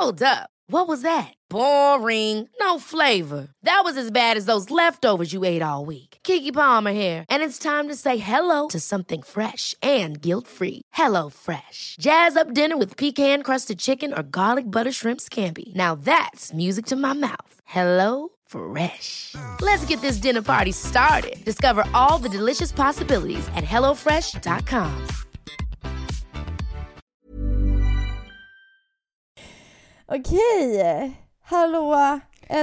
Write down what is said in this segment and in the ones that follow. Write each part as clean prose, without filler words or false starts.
Hold up. What was that? Boring. No flavor. That was as bad as those leftovers you ate all week. Keke Palmer here, and it's time to say hello to something fresh and guilt-free. Hello Fresh. Jazz up dinner with pecan-crusted chicken or garlic butter shrimp scampi. Now that's music to my mouth. Hello Fresh. Let's get this dinner party started. Discover all the delicious possibilities at hellofresh.com. Okej, hallå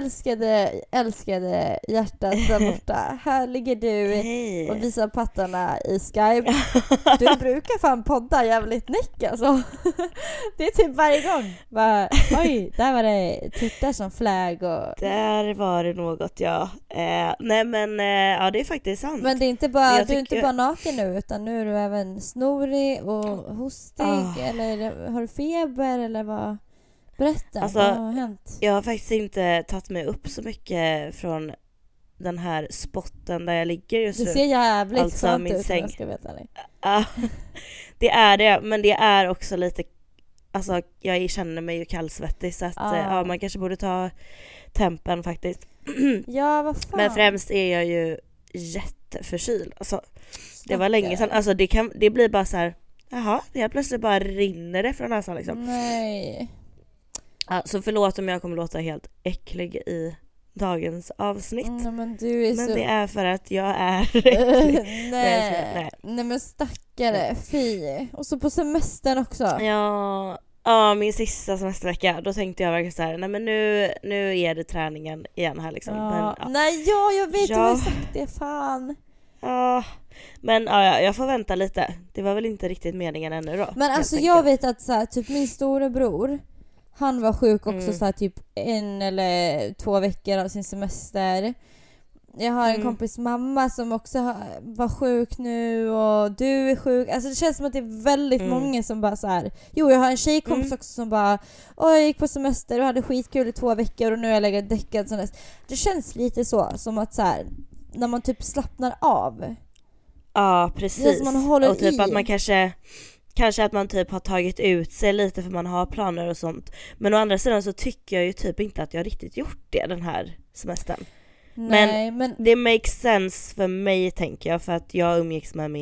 älskade hjärtat där borta. Här ligger du och visar pattarna i Skype. Du brukar fan podda jävligt nick alltså. Det är typ varje gång. Bara, oj, där var det tittar som flagg och... Där var det något, ja. Nej men, ja det är faktiskt sant. Men det är inte bara, du är inte bara naken nu, utan nu är du även snorig och hostig. Eller har du feber eller vad? Berätta, alltså, vad har hänt? Jag har faktiskt inte tagit mig upp så mycket från den här spotten där jag ligger just nu. Det ser jävligt alltså, skönt min ut säng. om jag ska veta det. Ja, det är det. Men det är också lite... Alltså, jag känner mig ju kallsvettig. Så att ja, man kanske borde ta tempen faktiskt. Ja, vad fan. Men främst är jag ju jätteförkyld. Alltså, det var länge sedan. Alltså, det blir bara så här... Jaha, det helt plötsligt bara rinner det från näsan liksom. Nej. Så förlåt om jag kommer låta helt äcklig i dagens avsnitt. Men du är så... det är för att jag är äcklig. Nej men stackare, fy. Och så på semestern också. Ja, min sista semestervecka. Då tänkte jag verkligen så här, nej men nu är det träningen igen här liksom. Ja. Men, ja. Nej, jag vet, du har sagt det, fan. Ja, men jag får vänta lite. Det var väl inte riktigt meningen ännu då. Men alltså jag vet att så här, typ min storebror, han var sjuk också så här, typ 1 eller 2 veckor av sin semester. Jag har en kompis mamma som också var sjuk nu, och du är sjuk. Alltså det känns som att det är väldigt många som bara så här. Jo, jag har en tjejkompis också som bara, jag gick på semester och hade skitkul i 2 veckor och nu har jag legat däckad. Det känns lite så som att så här, när man typ slappnar av. Ja, precis. Man håller och typ i. att man kanske att man typ har tagit ut sig lite för man har planer och sånt. Men å andra sidan så tycker jag ju typ inte att jag riktigt gjort det den här semestern. Nej, men det makes sense för mig, tänker jag, för att jag umgicks med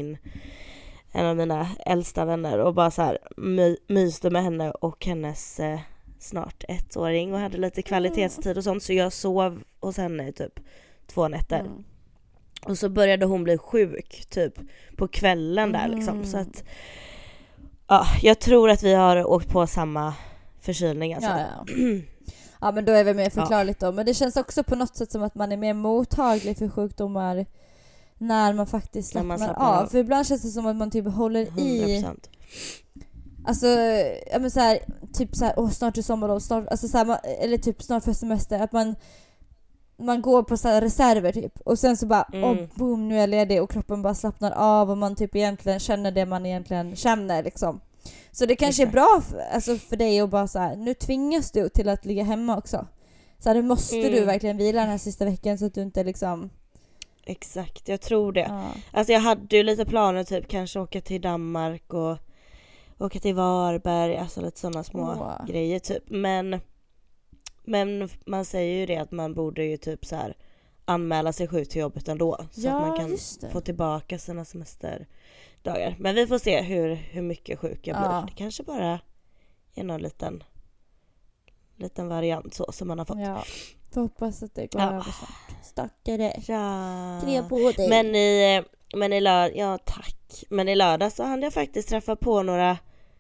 en av mina äldsta vänner och bara så här myste med henne och hennes snart 1-åring och hade lite kvalitetstid och sånt, så jag sov hos henne i typ 2 nätter. Och så började hon bli sjuk typ på kvällen där liksom, så att ja, jag tror att vi har åkt på samma förkylning alltså. Ja, men då är vi mer förklarligt då. Men det känns också på något sätt som att man är mer mottaglig för sjukdomar när man faktiskt slappnar av. För ibland känns det som att man typ håller 100%. I. Alltså, ja men så här, typ så här, snart är sommarlov, snart, alltså så här, eller typ snart för semester, att man går på så här reserver typ, och sen så bara boom, nu är jag ledig, och kroppen bara slappnar av och man typ egentligen känner det man egentligen känner liksom. Så det kanske är bra för dig att bara så här, nu tvingas du till att ligga hemma också. Så här, måste du verkligen vila den här sista veckan så att du inte liksom... Exakt, jag tror det. Ja. Alltså jag hade ju lite planer typ kanske åka till Danmark och åka till Varberg, alltså lite sådana små grejer typ. Men man säger ju det att man borde ju typ så här anmäla sig sjuk till jobbet ändå, så att man kan få tillbaka sina semesterdagar. Men vi får se hur mycket sjuk jag blir. Det kanske bara är någon liten variant så som man har fått. Ja, jag hoppas att det går över snart. Stackare. Ja. Krya på dig. Men i lördag, ja tack. Men i lördag så hann jag faktiskt träffa på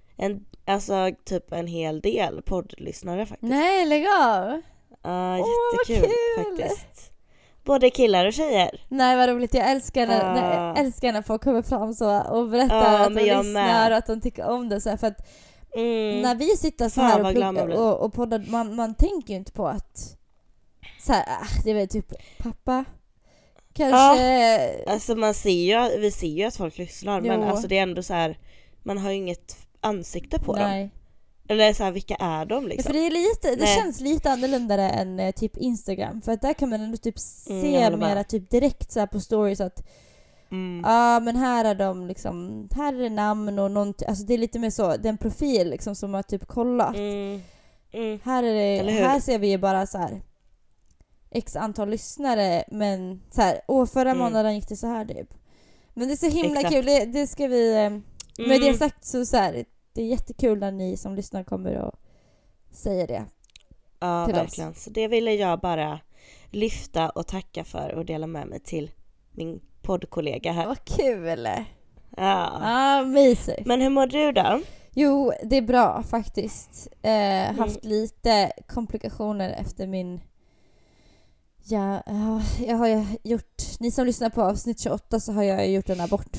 typ en hel del poddlyssnare faktiskt. Nej, lägg av. Jättekul faktiskt. Både killar och tjejer. Nej, vad roligt. Jag älskar när folk kommer fram så och berättar att de lyssnar och att de tycker om det. Så här, för att när vi sitter så här och poddar, man tänker ju inte på att så här, det är väl typ pappa kanske. Ja, alltså vi ser ju att folk lyssnar. Men alltså det är ändå så här, man har ju inget ansikte på dem. Eller så här, vilka är de liksom? För det är det känns lite annorlunda än typ Instagram, för att där kan man ändå typ se mera typ direkt så här på stories att men här är de liksom, här är det namn och någonting, alltså det är lite mer så den profil liksom som man typ kollat. Här ser vi ju bara så här x antal lyssnare, men så här, förra månaden gick det så här typ. Men det är så himla kul, det ska vi med det sagt så här, det är jättekul när ni som lyssnar kommer och säger det. Ja, verkligen. Så det ville jag bara lyfta och tacka för och dela med mig till min poddkollega här. Vad kul! Ja, mysigt. Men hur mår du då? Jo, det är bra faktiskt. Haft lite komplikationer efter min... Ja, jag har ju gjort... Ni som lyssnar på avsnitt 28 så har jag gjort en abort.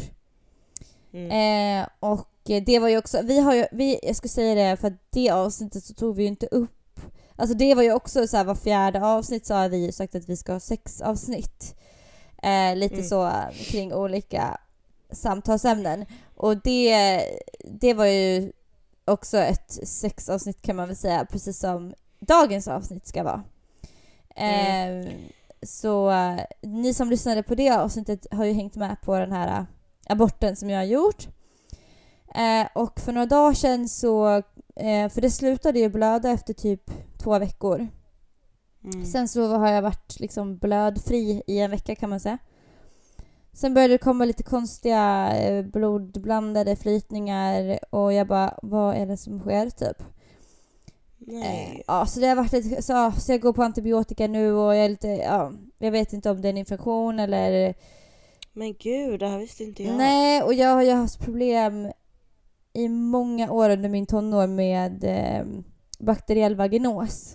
Och det var ju också... jag ska säga det, för att det avsnittet så tog vi ju inte upp. Alltså det var ju också så här, var 4:e avsnitt så har vi ju sagt att vi ska ha 6 avsnitt. Lite så kring olika samtalsämnen. Och det var ju också ett 6 avsnitt kan man väl säga, precis som dagens avsnitt ska vara. Så ni som lyssnade på det avsnittet har ju hängt med på den här aborten som jag har gjort. Och för några dagar sedan så, för det slutade ju blöda efter typ 2 veckor. Sen så har jag varit liksom blödfri i en vecka kan man säga. Sen började det komma lite konstiga blodblandade flytningar och jag bara, vad är det som sker typ? Så det har varit lite, så jag går på antibiotika nu och jag är lite, jag vet inte om det är en infektion eller... Men gud, det här visste inte jag. Nej, och jag har haft problem i många år under min tonår med bakteriell vaginos.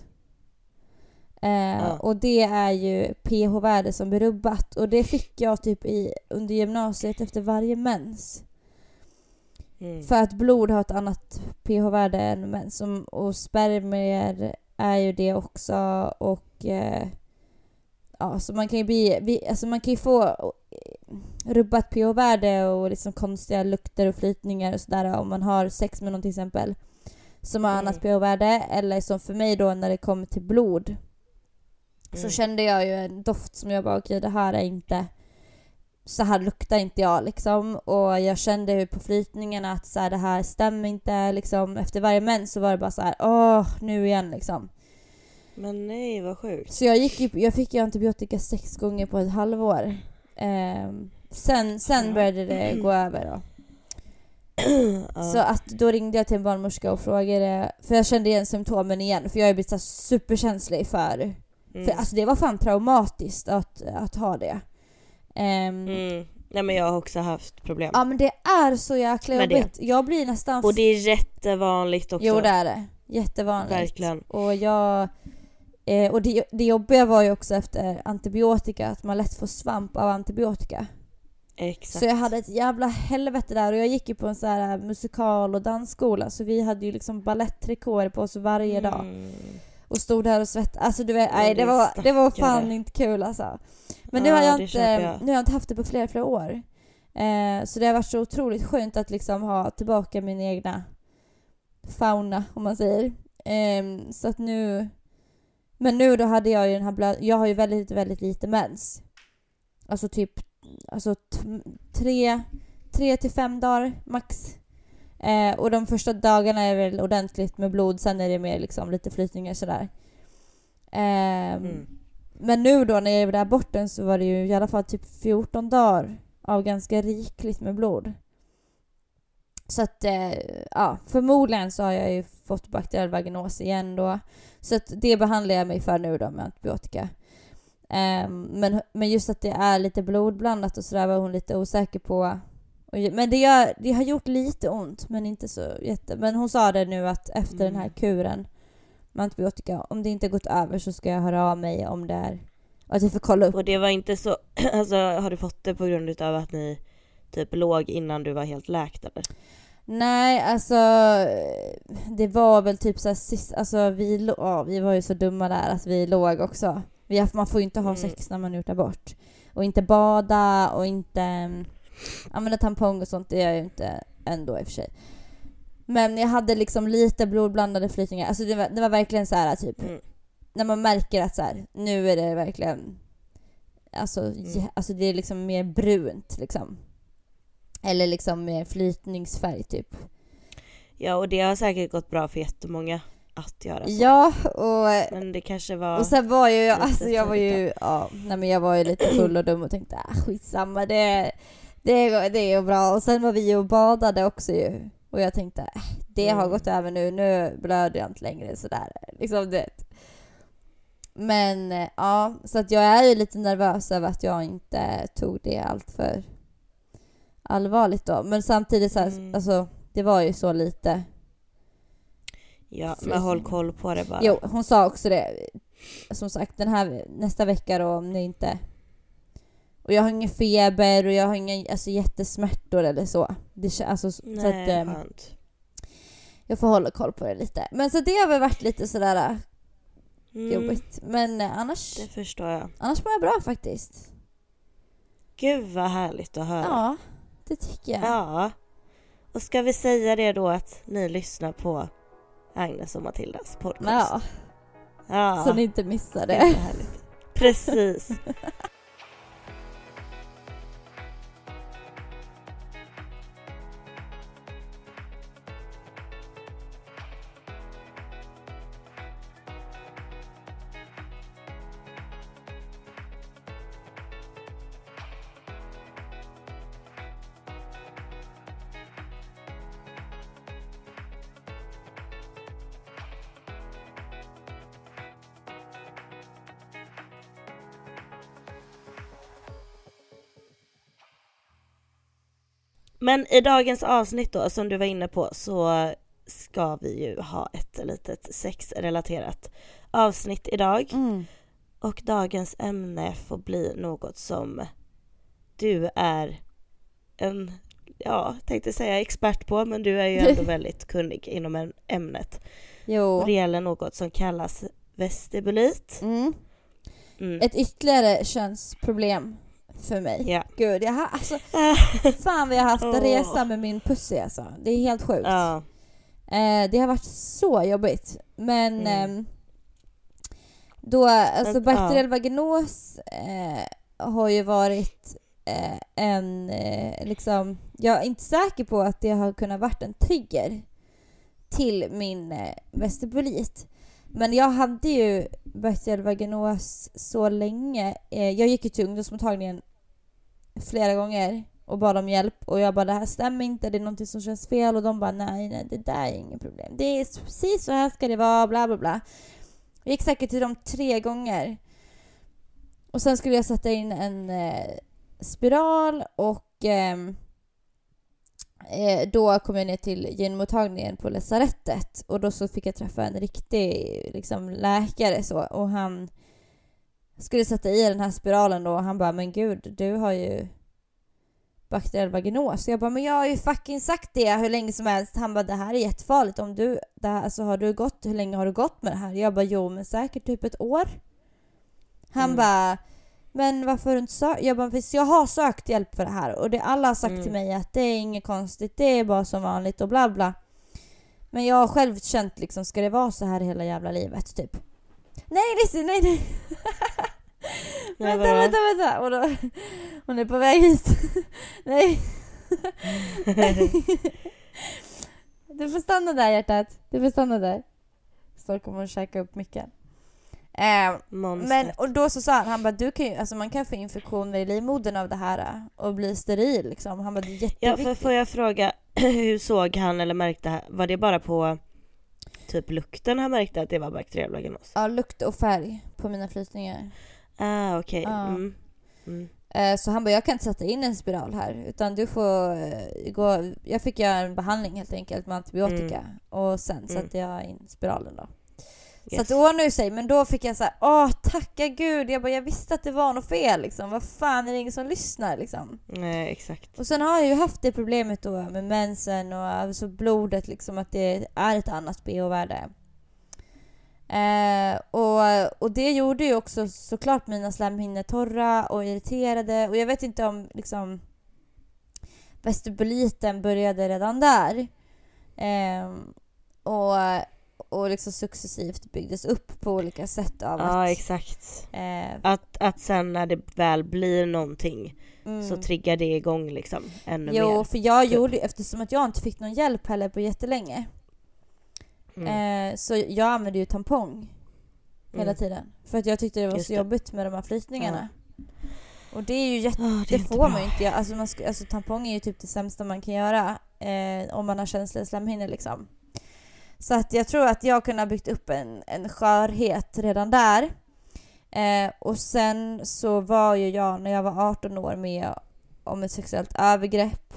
Och det är ju pH-värde som är rubbat. Och det fick jag typ under gymnasiet efter varje mens. För att blod har ett annat pH-värde än mens. Och spermier är ju det också. Och så man kan ju man kan ju få rubbat pH-värde och liksom konstiga lukter och flytningar och sådär om man har sex med någon till exempel som har annat pH-värde. Eller som för mig då när det kommer till blod. Så kände jag ju en doft som jag bara, okej, det här är inte... Så här luktar inte jag liksom. Och jag kände ju på flytningarna att så här, det här stämmer inte liksom. Efter varje mens så var det bara så här, nu igen liksom. Men nej, vad sjukt. Så jag fick ju antibiotika 6 gånger på ett halvår. Sen började det gå över då. Så att då ringde jag till en barnmorska och frågade, för jag kände igen symptomen igen. För jag har blivit så superkänslig för alltså det var fan traumatiskt att ha det. Nej, men jag har också haft problem. Ja, men det är så jäkla jobbigt. Jag blir nästan... Och det är jättevanligt också. Jo, det är det. Jättevanligt. Verkligen. Och det jobbiga var ju också efter antibiotika, att man lätt får svamp av antibiotika. Exakt. Så jag hade ett jävla helvete där. Och jag gick ju på en så här musikal- och dansskola. Så vi hade ju liksom baletttrikåer på oss varje dag. Och stod där och svettade. Alltså du vet, det var fan inte kul alltså. Men nu har jag inte haft det på flera år. Så det har varit så otroligt skönt att liksom ha tillbaka min egna fauna, om man säger. Så att nu... Men nu då hade jag ju den här jag har ju väldigt, väldigt lite mens. Alltså typ 3 till 5 dagar max. Och de första dagarna är väl ordentligt med blod. Sen är det mer liksom lite flytningar sådär. Men nu då när jag var där borta så var det ju i alla fall typ 14 dagar av ganska rikligt med blod. Så att förmodligen så har jag ju fått bakteriell vaginos igen då. Så att det behandlar jag mig för nu då med antibiotika. Men just att det är lite blodblandat och sådär var hon lite osäker på. Men det har gjort lite ont, men inte så jätte. Men hon sa det nu att efter den här kuren med antibiotika, om det inte gått över så ska jag höra av mig om det är, att vi får kolla upp. Och det var inte så, alltså har du fått det på grund av att ni typ låg innan du var helt läkt eller? Nej, alltså det var väl typ så här sist, alltså vi var ju så dumma där att vi låg också. Man får ju inte ha sex när man gjort abort. Och inte bada och inte använda tampong och sånt, det gör jag ju inte ändå i och för sig. Men jag hade liksom lite blodblandade flytningar. Alltså det var verkligen så här typ när man märker att så här, nu är det verkligen alltså det är liksom mer brunt liksom. Eller liksom mer flytningsfärg typ. Ja, och det har säkert gått bra för jättemånga. att göra så. Ja, men det kanske var... Och sen var jag var ju lite full och dum och tänkte skitsamma, det är ju bra. Och sen var vi ju och badade också ju. Och jag tänkte, det har gått över nu blöder jag inte längre sådär. Liksom det. Men ja, så att jag är ju lite nervös över att jag inte tog det allt för allvarligt då. Men samtidigt så här, alltså, det var ju så lite. Ja, men håll koll på det bara. Jo, hon sa också det. Som sagt, den här nästa vecka då, om det inte... Och jag har ingen feber och jag har inga jättesmärtor eller så. Det, alltså, nej, så att, skönt. Jag får hålla koll på det lite. Men så det har väl varit lite sådär jobbigt. Men annars... Det förstår jag. Annars mår jag bra faktiskt. Gud vad härligt att höra. Ja, det tycker jag. Ja. Och ska vi säga det då att ni lyssnar på Agnes och Matildas podcast? Ja. Så ni inte missar det. Det är härligt. Precis. Men i dagens avsnitt då, som du var inne på, så ska vi ju ha ett litet sexrelaterat avsnitt idag. Och dagens ämne får bli något som du är tänkte säga expert på, men du är ju ändå väldigt kunnig inom ämnet. Jo. Och det gäller något som kallas vestibulit. Ett ytterligare könsproblem för mig. Ja. Gud, jag har fan vi har haft en resa med min pussy alltså. Det är helt sjukt. Ja. Det har varit så jobbigt. Men då, alltså bakteriell vaginos har ju varit liksom, jag är inte säker på att det har kunnat varit en trigger till min vestibulit. Men jag hade ju bakteriell vaginos så länge. Jag gick ju till ungdomsmottagningen flera gånger och bad om hjälp. Och jag bara, det här stämmer inte, det är någonting som känns fel. Och de bara, nej, det där är ingen problem. Det är precis så här ska det vara, bla bla bla. Jag gick säkert till dem 3 gånger. Och sen skulle jag sätta in en spiral och då kom jag ner till gynmottagningen på lasarettet och då så fick jag träffa en riktig liksom, läkare så, och han skulle sätta i den här spiralen då och han bara, men gud, du har ju bakteriell vaginos. Jag bara, men jag har ju fucking sagt det hur länge som helst. Han bara, det här är jättefarligt. Om du, det här, alltså, hur länge har du gått med det här? Jag bara, jo men säkert typ 1 år. Han bara, men varför har du inte sökt? Jag bara, jag har sökt hjälp för det här. Och det alla har sagt till mig att det är inget konstigt. Det är bara som vanligt och bla bla. Men jag har själv känt liksom, ska det vara så här hela jävla livet typ? Nej, Lizzie, nej. vänta. Och då, hon är på väg hit. Nej. Du får stanna där, hjärtat. Du får stanna där. Så kommer hon käka upp mycket. Men och då så sa han bara, du kan ju, alltså man kan få infektioner i livmodern av det här och bli steril liksom. Han bara, det är jätteviktigt. Ja, får jag fråga, hur såg han eller märkte han? Var det bara på typ lukten han märkte att det var bakteriell vaginos? Ja, lukt och färg på mina flytningar. Okej. Så han bara, jag kan inte sätta in en spiral här utan du får gå. Jag fick göra en behandling helt enkelt med antibiotika och sen satte jag in spiralen då. Så att det ordnade sig, men då fick jag så här, tacka gud. Jag bara, jag visste att det var något fel liksom. Vad fan, är det ingen som lyssnar liksom? Nej, exakt. Och sen har jag ju haft det problemet då med mensen och alltså blodet liksom, att det är ett annat pH-värde. Och det gjorde ju också såklart mina slemhinnor torra och irriterade. Och jag vet inte om liksom vestibuliten började redan där. Och liksom successivt byggdes upp på olika sätt av att... exakt. Att sen när det väl blir någonting så triggar det igång liksom ännu mer. Jo, för jag gjorde, eftersom att jag inte fick någon hjälp heller på jättelänge. Så jag använde ju tampong hela tiden. För att jag tyckte det var så jobbigt med de här flytningarna. Och det är ju det får man ju inte. Alltså tampong är ju typ det sämsta man kan göra om man har känsliga slemhinnor liksom. Så att jag tror att jag kunde ha byggt upp en skörhet redan där. Och sen så var ju jag när jag var 18 år med om ett sexuellt övergrepp.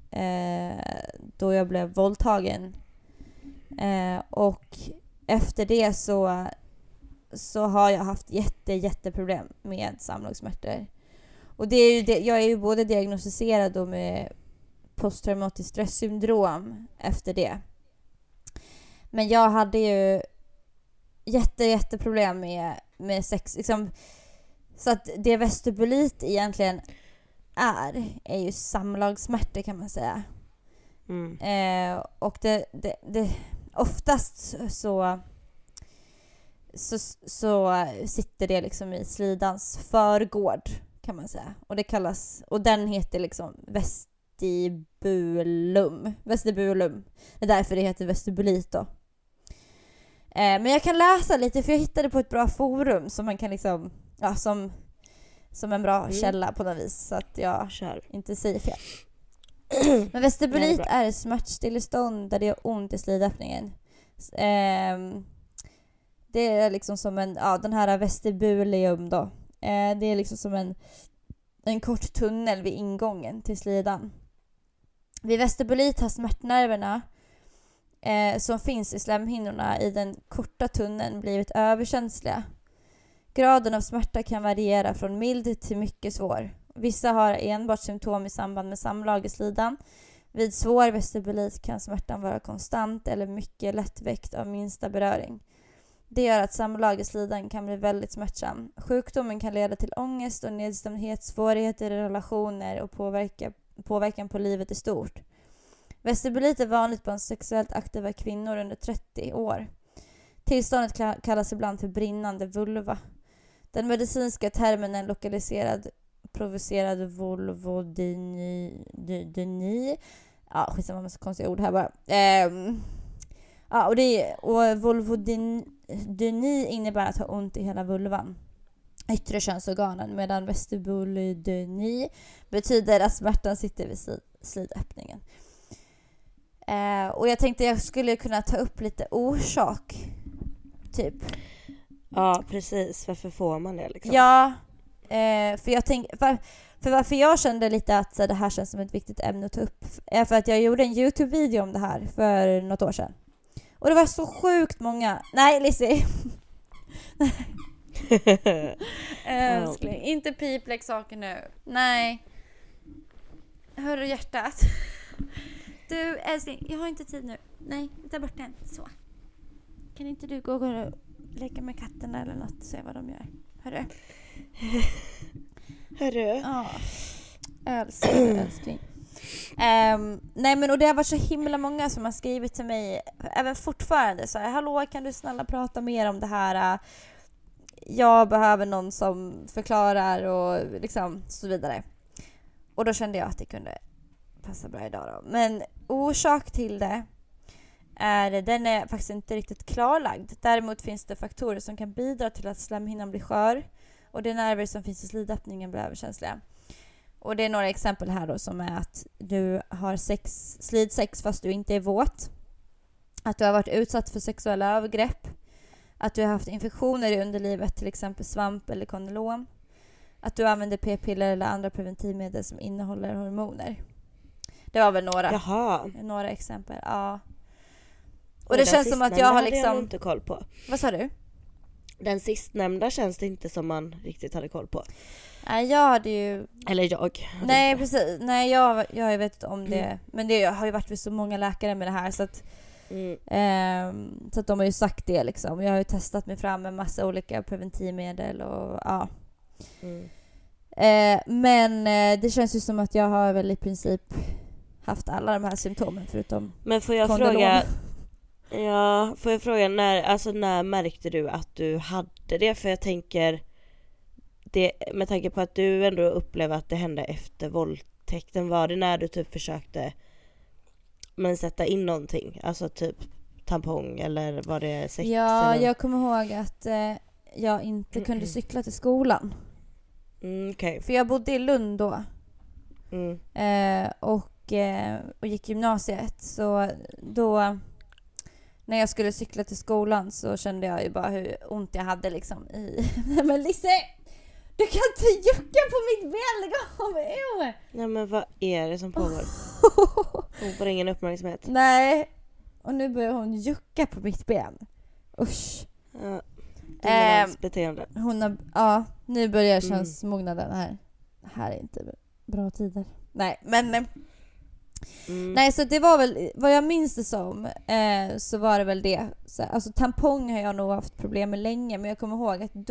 Då jag blev våldtagen. Och efter det så har jag haft jätteproblem med samlagssmärtor. Och det är ju jag är ju både diagnostiserad då med posttraumatiskt stresssyndrom efter det. Men jag hade ju jätteproblem med sex liksom. Så att det vestibulit egentligen är ju samlagssmärtor kan man säga. Och det oftast så sitter det liksom i slidans förgård kan man säga. Och det kallas, och den heter liksom vestibulum. Det är därför det heter vestibulit då. Men jag kan läsa lite för jag hittade på ett bra forum som man kan liksom, ja, som en bra källa på något vis så att jag inte säger fel. Men vestibulit är smärtstillestånd där det gör ont i slidöppningen. Det är liksom som den här vestibulium då. Det är liksom som en kort tunnel vid ingången till slidan. Vid vestibulit har smärtnerverna som finns i slemhinnorna i den korta tunneln blivit överkänsliga. Graden av smärta kan variera från mild till mycket svår. Vissa har enbart symptom i samband med samlag i slidan. Vid svår vestibulit kan smärtan vara konstant eller mycket lättväckt av minsta beröring. Det gör att samlag i slidan kan bli väldigt smärtsam. Sjukdomen kan leda till ångest och nedstämdhet, svårigheter i relationer och påverkan på livet i stort. Vestibulit är vanligt bland sexuellt aktiva kvinnor under 30 år. Tillståndet kallas ibland för brinnande vulva. Den medicinska termen är lokaliserad provocerad vulvodyni. Ja, skitsamma med så konstiga ord här bara. Och vulvodyni innebär att ha ont i hela vulvan, yttre könsorganen, medan vestibulodyni betyder att smärtan sitter vid slidöppningen. Och jag tänkte jag skulle kunna ta upp lite orsak typ. Ja, precis. Varför får man det liksom? Ja, för jag tänkte för varför jag kände lite att så, det här känns som ett viktigt ämne att ta upp är för att jag gjorde en YouTube-video om det här för något år sedan. Och det var så sjukt många. Nej, Lizzie. Älskling, inte pipleksaker nu. Nej. Hör du hjärtat? Du, älskling, jag har inte tid nu. Nej, ta bort den. Så. Kan inte du gå och leka med katterna eller något och se vad de gör? Hörru? Ja. Älskling. Nej men och det har varit så himla många som har skrivit till mig även fortfarande så här: hallå, kan du snälla prata mer om det här? Jag behöver någon som förklarar och liksom så vidare. Och då kände jag att det kunde passa bra idag då. Men orsak till det den är faktiskt inte riktigt klarlagd. Däremot finns det faktorer som kan bidra till att slemhinnan blir skör och de nerver som finns i slidöppningen blir överkänsliga. Och det är några exempel här då som är att du har slidsex fast du inte är våt. Att du har varit utsatt för sexuella övergrepp. Att du har haft infektioner i underlivet, till exempel svamp eller kondylom. Att du använder p-piller eller andra preventivmedel som innehåller hormoner. Det var väl några exempel. Ja. Och det känns som att jag har liksom... Jag inte koll på. Vad sa du? Den sistnämnda känns det inte som man riktigt hade koll på. Nej, jag hade ju... Eller jag. Nej, precis. Nej, jag har ju vetat om det. Men det har ju varit vid så många läkare med det här. Så att, så att de har ju sagt det liksom. Jag har ju testat mig fram med massa olika preventivmedel och ja. Men det känns ju som att jag har väl i princip haft alla de här symptomen förutom Men får jag kondylom. fråga när märkte du att du hade det? För jag tänker det, med tanke på att du ändå upplevde att det hände efter våldtäkten, var det när du typ försökte sätta in någonting, alltså typ tampong eller var det sex? Ja, eller? jag kommer ihåg att jag inte kunde cykla till skolan. Okay. För jag bodde i Lund då. Och gick gymnasiet. Så då när jag skulle cykla till skolan så kände jag ju bara hur ont jag hade liksom i... Men Lisse! Du kan inte jucka på mitt ben, lägg av mig! Nej men vad är det som pågår? Hon får ingen uppmärksamhet. Nej, och nu börjar hon jucka på mitt ben. Usch. Ja, beteende. Nu börjar könsmognaden här. Det här är inte bra tider. Nej, men... Nej, så det var väl, vad jag minns det som, så var det väl det. Så, alltså tampong har jag nog haft problem med länge, men jag kommer ihåg att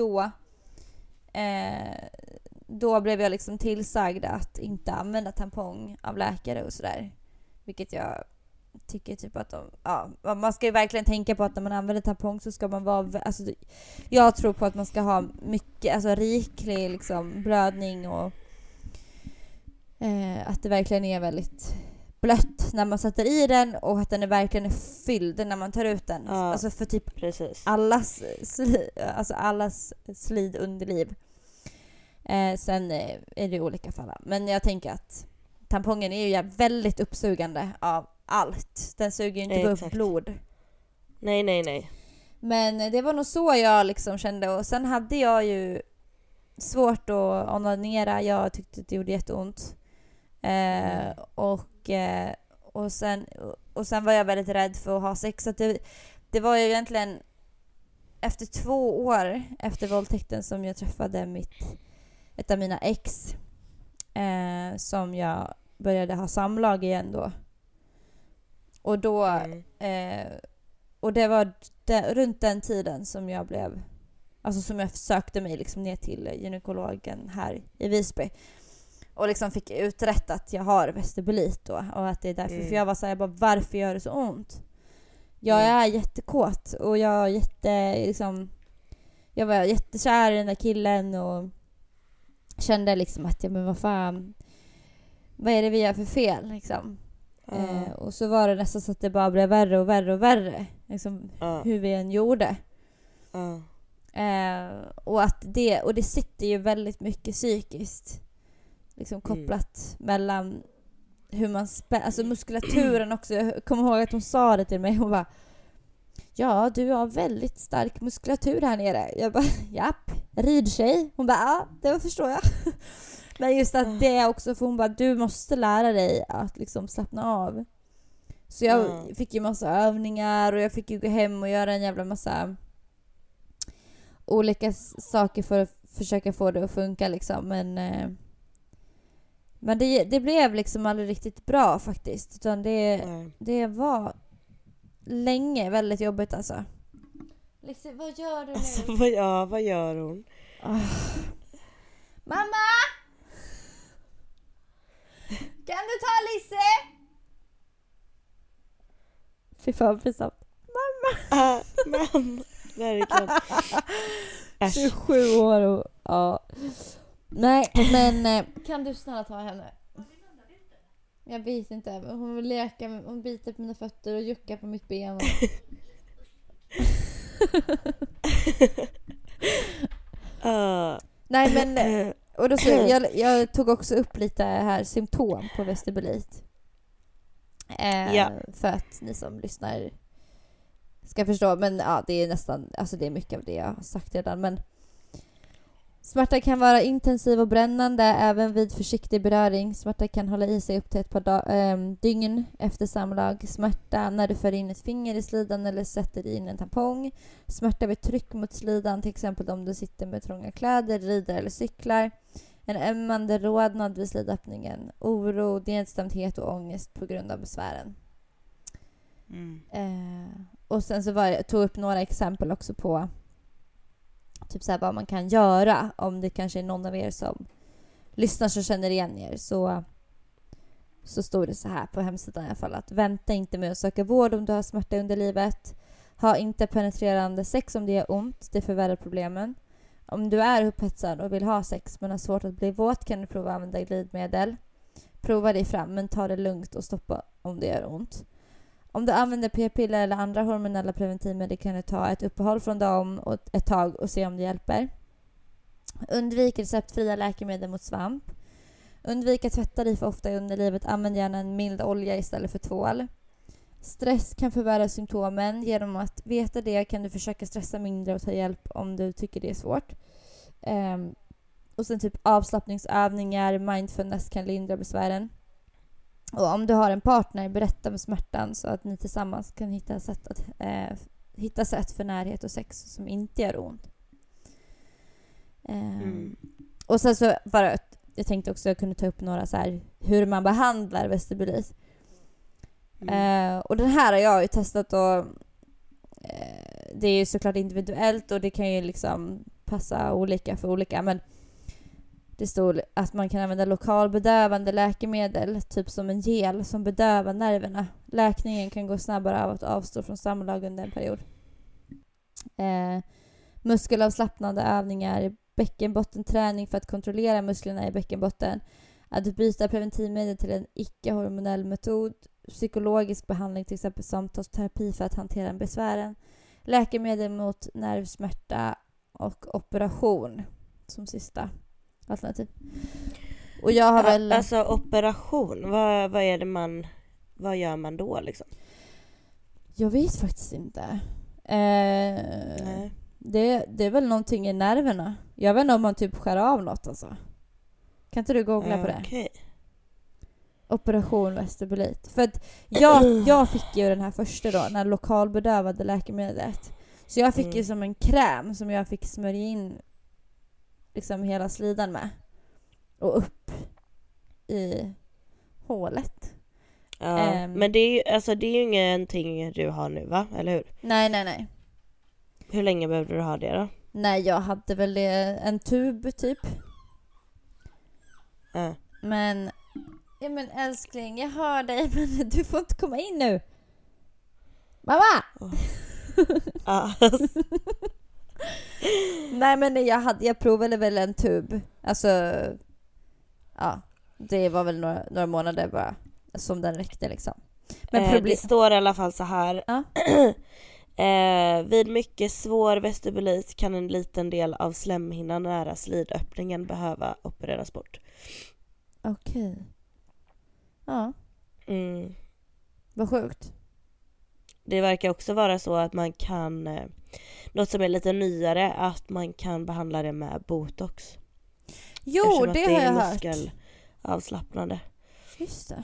då blev jag liksom tillsagd att inte använda tampong av läkare och sådär. Vilket jag tycker typ att man ska ju verkligen tänka på att när man använder tampong så ska man vara, alltså jag tror på att man ska ha mycket, alltså riklig liksom blödning och att det verkligen är väldigt blött när man sätter i den och att den är verkligen är fylld när man tar ut den. Ja, alltså för typ precis. allas slidunderliv. Sen är det olika fall. Men jag tänker att tampongen är ju väldigt uppsugande av allt. Den suger ju inte upp blod. Nej. Men det var nog så jag liksom kände. Och sen hade jag ju svårt att onanera. Jag tyckte det gjorde jätteont. Och sen var jag väldigt rädd för att ha sex. Så att det var ju egentligen efter 2 år efter våldtäkten som jag träffade ett av mina ex, som jag började ha samlag igen då. Och då och det var runt den tiden som jag blev, alltså som jag sökte mig liksom ner till gynekologen här i Visby. Och liksom fick uträtt att jag har vestibulit då. Och att det är därför. För jag var såhär, varför gör det så ont? Jag är jättekåt. Och jag var jättekär i den där killen. Och kände liksom att, men vad fan. Vad är det vi gör för fel liksom? Och så var det nästan så att det bara blev värre och värre och värre. Liksom hur vi än gjorde. Och att det sitter ju väldigt mycket psykiskt. Liksom kopplat mellan hur man alltså muskulaturen också. Jag kommer ihåg att hon sa det till mig. Hon bara, ja, du har väldigt stark muskulatur här nere. Jag bara, japp, ridtjej. Hon bara, ja, det förstår jag. Men just att det också, för hon bara, du måste lära dig att liksom slappna av. Så jag fick ju massa övningar och jag fick ju gå hem och göra en jävla massa olika saker för att försöka få det att funka liksom. Men det blev liksom aldrig riktigt bra faktiskt. Utan det var länge väldigt jobbigt alltså. Lise, vad gör du nu? Alltså, vad gör hon? Mamma! Kan du ta Lise? Fy fan, pinsamt. Mamma! Mamma, verkligen. 27 år och ja. Nej, men kan du snälla ta henne? Jag vet inte. Hon vill leka, hon biter på mina fötter och juckar på mitt ben. Nej, men och då så, jag tog också upp lite här symptom på vestibulit. För att ni som lyssnar ska förstå. Men ja, det är nästan, alltså det är mycket av det jag har sagt redan. Men smärta kan vara intensiv och brännande även vid försiktig beröring. Smärta kan hålla i sig upp till ett par dygn efter samlag. Smärta när du för in ett finger i slidan eller sätter in en tampong. Smärta vid tryck mot slidan, till exempel om du sitter med trånga kläder, rider eller cyklar. En ömmande rodnad vid slidöppningen. Oro, nedstämdhet och ångest på grund av besvären. Och sen så tog jag upp några exempel också på typ så här, vad man kan göra om det kanske är någon av er som lyssnar som känner igen er. Så står det så här på hemsidan i alla fall, att vänta inte med att söka vård om du har smärta under livet. Ha inte penetrerande sex om det gör ont, det förvärrar problemen. Om du är upphetsad och vill ha sex men har svårt att bli våt kan du prova att använda glidmedel. Prova dig fram men ta det lugnt och stoppa om det gör ont. Om du använder p-piller eller andra hormonella preventivmedel kan du ta ett uppehåll från dem och ett tag och se om det hjälper. Undvik receptfria läkemedel mot svamp. Undvik att tvätta dig för ofta i underlivet. Använd gärna en mild olja istället för tvål. Stress kan förvärra symptomen. Genom att veta det kan du försöka stressa mindre och ta hjälp om du tycker det är svårt. Och sen typ avslappningsövningar, mindfulness kan lindra besvären. Och om du har en partner, berätta med smärtan så att ni tillsammans kan hitta sätt för närhet och sex som inte gör ont. Och sen så bara, jag tänkte också att jag kunde ta upp några så här, hur man behandlar vestibulit. Och den här har jag ju testat och det är ju såklart individuellt och det kan ju liksom passa olika för olika, men det står att man kan använda lokalbedövande läkemedel, typ som en gel som bedövar nerverna. Läkningen kan gå snabbare av att avstå från samlag under en period. Muskelavslappnande övningar, bäckenbottenträning för att kontrollera musklerna i bäckenbotten. Att byta preventivmedel till en icke-hormonell metod. Psykologisk behandling, till exempel samtalsterapi för att hantera besvären. Läkemedel mot nervsmärta och operation som sista alternativ. Och jag har väl... Alltså operation, vad är det vad gör man då liksom? Jag vet faktiskt inte. Det är väl någonting i nerverna. Jag vet inte om man typ skär av något alltså. Kan inte du googla på det? Okay. Operation vestibulit. För att jag fick ju den här första då, den här lokalbedövade läkemedlet. Så jag fick ju som en kräm som jag fick smörja in liksom hela slidan med. Och upp i hålet. Ja, men det är ju ingenting du har nu, va? Eller hur? Nej. Hur länge behövde du ha det då? Nej, jag hade väl en tub typ. Men älskling, jag hör dig, men du får inte komma in nu. Mamma! Nej, men jag provade väl en tub. Alltså, ja, det var väl några månader bara som den räckte liksom. Men det står i alla fall så här. Vid mycket svår vestibulit kan en liten del av slemhinnan nära slidöppningen behöva opereras bort. Okej. Ja. Vad sjukt. Det verkar också vara så att man kan, något som är lite nyare, att man kan behandla det med botox. Jo, det har jag hört. Muskelavslappnande. Just det.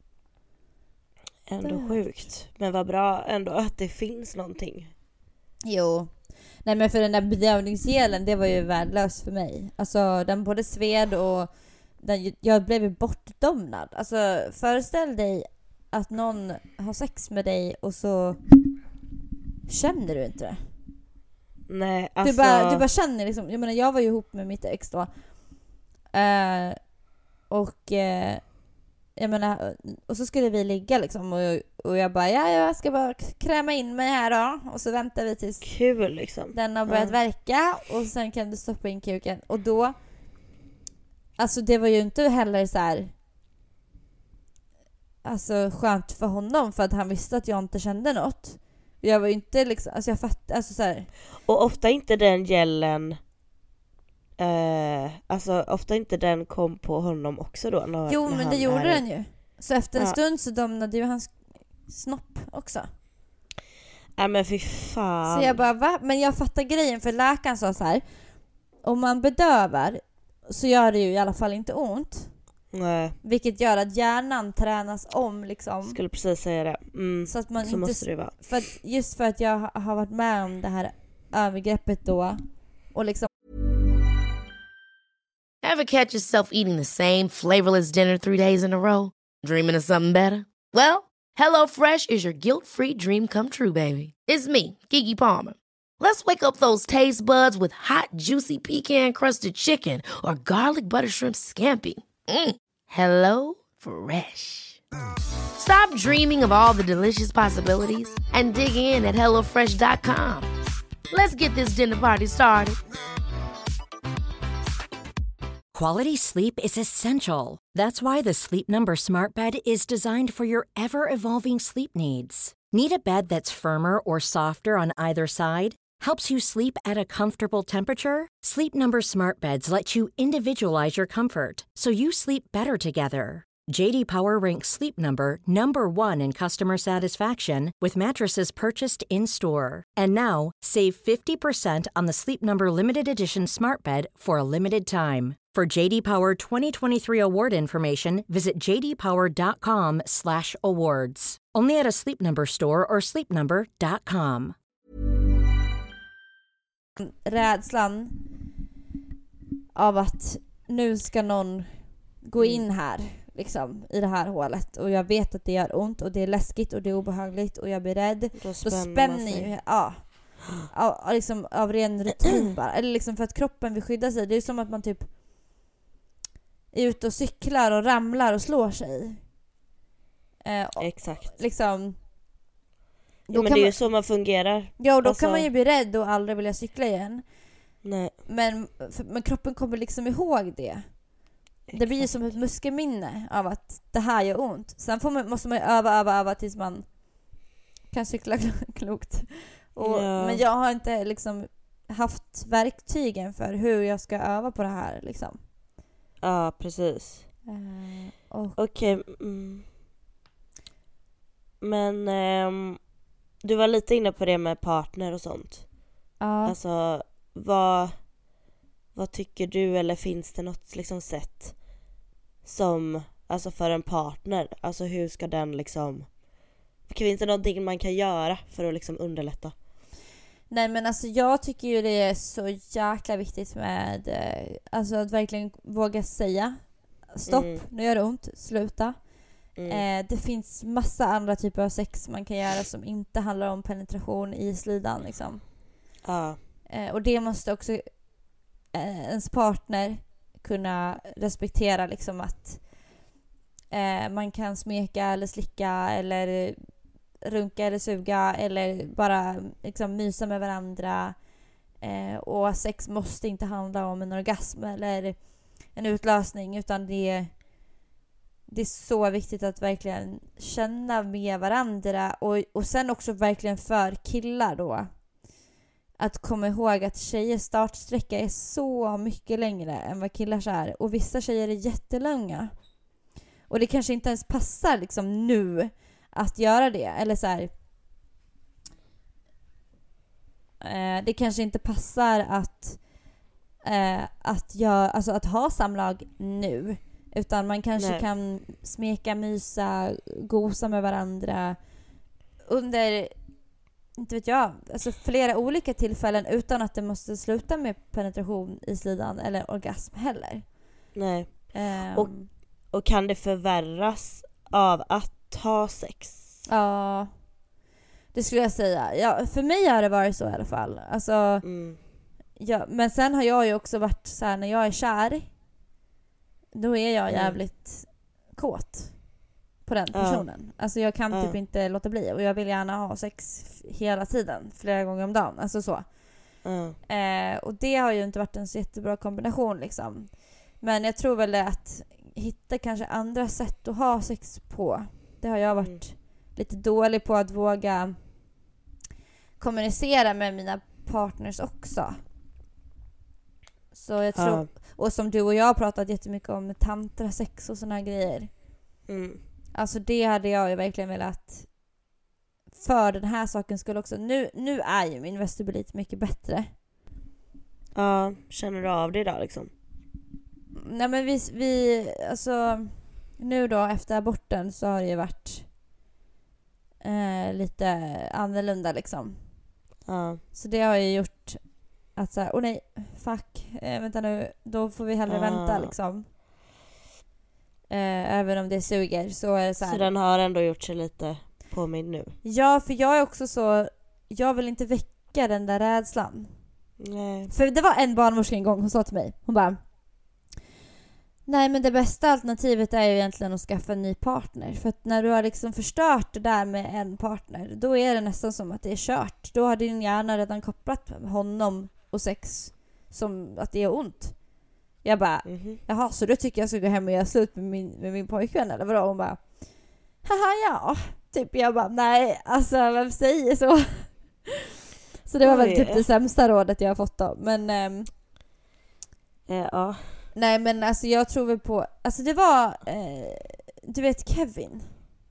Ändå sjukt. Men vad bra ändå att det finns någonting. Jo. Nej, men för den där bedövningsgelen, det var ju värdelös för mig. Alltså den både sved och jag blev ju bortdomnad. Alltså föreställ dig att någon har sex med dig och så känner du inte det. Nej, alltså... Du bara känner liksom. Jag menar, jag var ju ihop med mitt ex då. Jag menar, och så skulle vi ligga liksom och jag bara, jag ska bara kräma in mig här då. Och så väntar vi tills kul liksom. Den har börjat verka och sen kan du stoppa in kuken. Och då, alltså det var ju inte heller så här, alltså skönt för honom, för att han visste att jag inte kände något. Jag var ju inte liksom, alltså jag fattade, alltså så här. Och ofta inte den gällen, alltså ofta inte den kom på honom också då. Jo, men det gjorde den ju. Så efter en stund så domnade ju hans snopp också. Nej, men fy fan. Så jag bara, va? Men jag fattar grejen, för läkaren sa så här: om man bedövar så gör det ju i alla fall inte ont. Nej. Vilket gör att hjärnan tränas om liksom. Skulle precis säga det. Så att man så inte, måste det vara. Just för att jag har varit med om det här övergreppet då. Och liksom. Ever catch yourself eating the same flavorless dinner 3 days in a row? Dreaming of something better? Well, HelloFresh is your guilt-free dream come true, baby. It's me, Keke Palmer. Let's wake up those taste buds with hot, juicy pecan-crusted chicken or garlic butter shrimp scampi. Hello Fresh. Stop dreaming of all the delicious possibilities and dig in at HelloFresh.com. Let's get this dinner party started. Quality sleep is essential. That's why the Sleep Number Smart Bed is designed for your ever-evolving sleep needs. Need a bed that's firmer or softer on either side? Helps you sleep at a comfortable temperature? Sleep Number Smart Beds let you individualize your comfort so you sleep better together. JD Power ranks Sleep Number #1 in customer satisfaction with mattresses purchased in-store. And now, save 50% on the Sleep Number Limited Edition Smart Bed for a limited time. For JD Power 2023 award information, visit jdpower.com/awards. Only at a Sleep Number store or sleepnumber.com. Rädslan av att nu ska någon gå in här liksom, i det här hålet, och jag vet att det gör ont och det är läskigt och det är obehagligt och jag blir rädd. Då spänner ju liksom av ren rutin bara, eller liksom för att kroppen vill skydda sig. Det är som att man typ är ute och cyklar och ramlar och slår sig. Exakt. Liksom, men det är ju så man fungerar. Ja, och då kan man ju bli rädd och aldrig vilja cykla igen. Nej. Men kroppen kommer liksom ihåg det. Exakt. Det blir ju som ett muskelminne av att det här gör ont. Sen måste man ju öva tills man kan cykla klokt. Men jag har inte liksom haft verktygen för hur jag ska öva på det här liksom. Ja, precis. Okej. Men du var lite inne på det med partner och sånt. Ja. Alltså, vad tycker du, eller finns det något liksom sätt som, alltså för en partner, alltså hur ska den liksom, finns det någonting man kan göra för att liksom underlätta? Nej, men alltså jag tycker ju det är så jäkla viktigt med alltså att verkligen våga säga stopp, nu gör det ont, sluta. Det finns massa andra typer av sex man kan göra som inte handlar om penetration i slidan liksom. Och det måste också ens partner kunna respektera liksom, att man kan smeka eller slicka eller runka eller suga eller bara liksom mysa med varandra, och sex måste inte handla om en orgasm eller en utlösning, utan det är så viktigt att verkligen känna med varandra, och sen också verkligen för killar då att komma ihåg att tjejers startsträcka är så mycket längre än vad killars är, och vissa tjejer är jättelånga och det kanske inte ens passar liksom nu att göra det, eller så här, det kanske inte passar att ha samlag nu, utan man kanske kan smeka, mysa, gosa med varandra under, inte vet jag, alltså flera olika tillfällen utan att det måste sluta med penetration i slidan eller orgasm heller. Nej. Och kan det förvärras av att ha sex? Ja, det skulle jag säga. Ja, för mig har det varit så i alla fall. Alltså, ja, men sen har jag ju också varit så här, när jag är kär, då är jag jävligt kåt på den personen. Alltså jag kan typ inte låta bli, och jag vill gärna ha sex hela tiden, flera gånger om dagen, alltså så. Och det har ju inte varit en så jättebra kombination liksom. Men jag tror väl att hitta kanske andra sätt att ha sex på. Det har jag varit lite dålig på, att våga kommunicera med mina partners också. Så jag tror, och som du och jag har pratat jättemycket om tantrasex och såna grejer. Alltså det hade jag ju verkligen velat, för den här saken skulle också. Nu är ju min vestibulit mycket bättre. Ja, känner du av det där liksom? Nej, men vi alltså nu då efter aborten så har det ju varit lite annorlunda liksom. Så det har ju gjort att så här, nej, fuck, vänta nu, då får vi hellre vänta liksom. Även om det suger, så är det så här. Så den har ändå gjort sig lite på mig nu. Ja, för jag är också så, jag vill inte väcka den där rädslan. Nej. För det var en barnmorska en gång, hon sa till mig, hon bara, nej, men det bästa alternativet är ju egentligen att skaffa en ny partner. För att när du har liksom förstört det där med en partner, då är det nästan som att det är kört. Då har din hjärna redan kopplat honom och sex som att det är ont. Jag bara, jaha, så du tycker jag ska gå hem och göra slut med min pojkvän eller vadå? Hon bara, haha ja. Typ jag bara, nej, alltså vem säger så? Så det var väl typ det sämsta rådet jag har fått då. Men ja. Nej men alltså jag tror väl på, alltså det var du vet Kevin.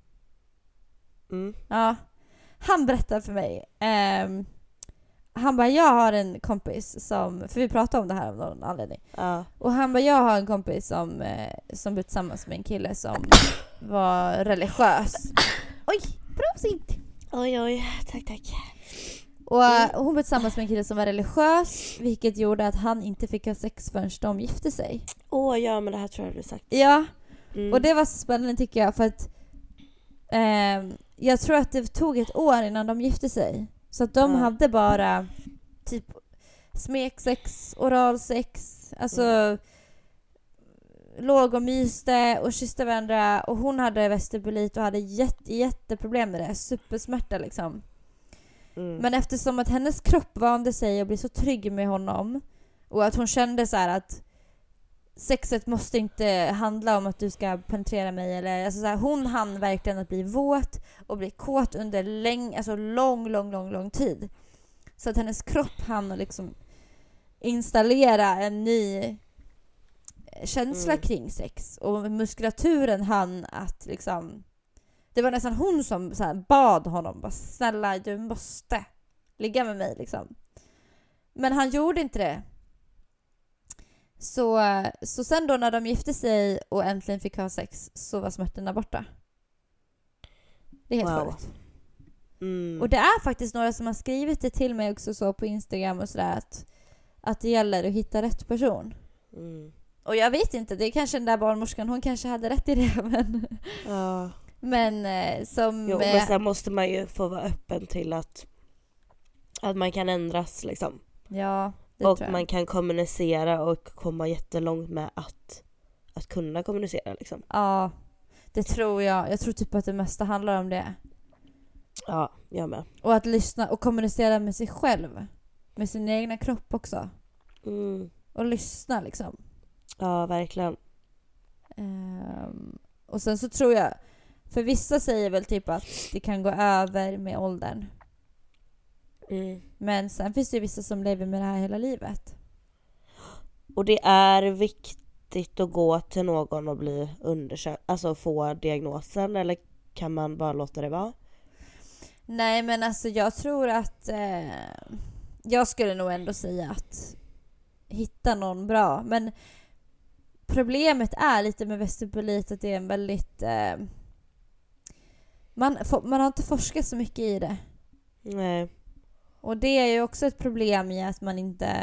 Ja. Han berättade för mig han bara, jag har en kompis som, för vi pratade om det här av någon anledning. Och han bara, jag har en kompis som blev tillsammans med en kille som var religiös. Oj, prosit! Oj, tack. Och hon blev tillsammans med en kille som var religiös, vilket gjorde att han inte fick ha sex förrän de gifte sig. Ja, men det här tror jag du sagt. Ja, och det var så spännande tycker jag, för att jag tror att det tog ett år innan de gifte sig. Så att de hade bara typ smeksex, oralsex, alltså låg och myste och kysste varandra. Och hon hade vestibulit och hade jätteproblem med det, supersmärta liksom. Men eftersom att hennes kropp vande sig och blev så trygg med honom, och att hon kände så här att sexet måste inte handla om att du ska penetrera mig eller alltså så här, hon hann verkligen att bli våt och bli kåt under lång tid. Så att hennes kropp hann att liksom installera en ny känsla kring sex, och muskulaturen hann att liksom, det var nästan hon som så här bad honom, bara snälla du måste ligga med mig liksom. Men han gjorde inte det. Så sen då när de gifte sig och äntligen fick ha sex, så var smärtorna borta. Det är helt sjukt. Och det är faktiskt några som har skrivit det till mig också så på Instagram och sådär, att det gäller att hitta rätt person. Och jag vet inte, det är kanske den där barnmorskan, hon kanske hade rätt i det, men men som men sen måste man ju få vara öppen till att man kan ändras liksom. Ja. Och man kan kommunicera och komma jättelångt med att kunna kommunicera liksom. Ja, det tror jag. Jag tror typ att det mesta handlar om det. Ja, jag med. Och att lyssna och kommunicera med sig själv. Med sin egna kropp också. Och lyssna liksom. Ja, verkligen. Och sen så tror jag, för vissa säger väl typ att det kan gå över med åldern. Men sen finns det ju vissa som lever med det här hela livet. Och det är viktigt att gå till någon och bli undersökt, alltså få diagnosen, eller kan man bara låta det vara? Nej, men alltså jag tror att jag skulle nog ändå säga att hitta någon bra. Men problemet är lite med vestibulit att det är en väldigt man har inte forskat så mycket i det. Nej. Och det är ju också ett problem i att man inte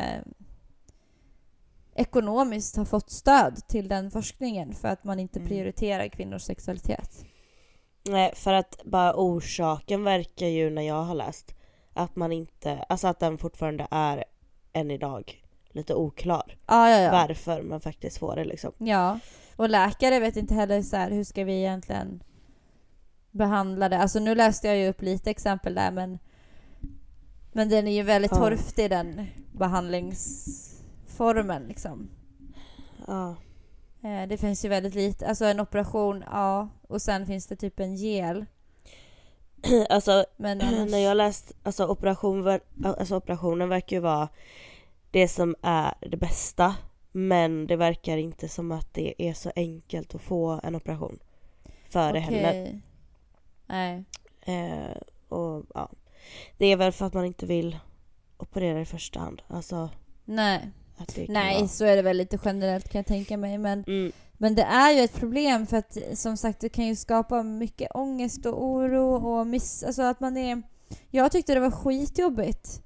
ekonomiskt har fått stöd till den forskningen, för att man inte prioriterar kvinnors sexualitet. Nej, för att bara orsaken verkar ju, när jag har läst, att man inte, alltså att den fortfarande är än idag lite oklar. Ja. Varför man faktiskt får det liksom. Ja, och läkare vet inte heller så här, hur ska vi egentligen behandla det. Alltså nu läste jag ju upp lite exempel där, men den är ju väldigt torftig, den behandlingsformen liksom. Ja. Det finns ju väldigt lite, alltså en operation, och sen finns det typ en gel. Alltså men annars... när jag läst, alltså operationen verkar ju vara det som är det bästa, men det verkar inte som att det är så enkelt att få en operation för det heller. Nej. Och ja, det är väl för att man inte vill operera i första hand. Alltså, nej, vara... så är det väl lite generellt, kan jag tänka mig. Men det är ju ett problem, för att som sagt, det kan ju skapa mycket ångest och oro och alltså att man är... Jag tyckte det var skitjobbigt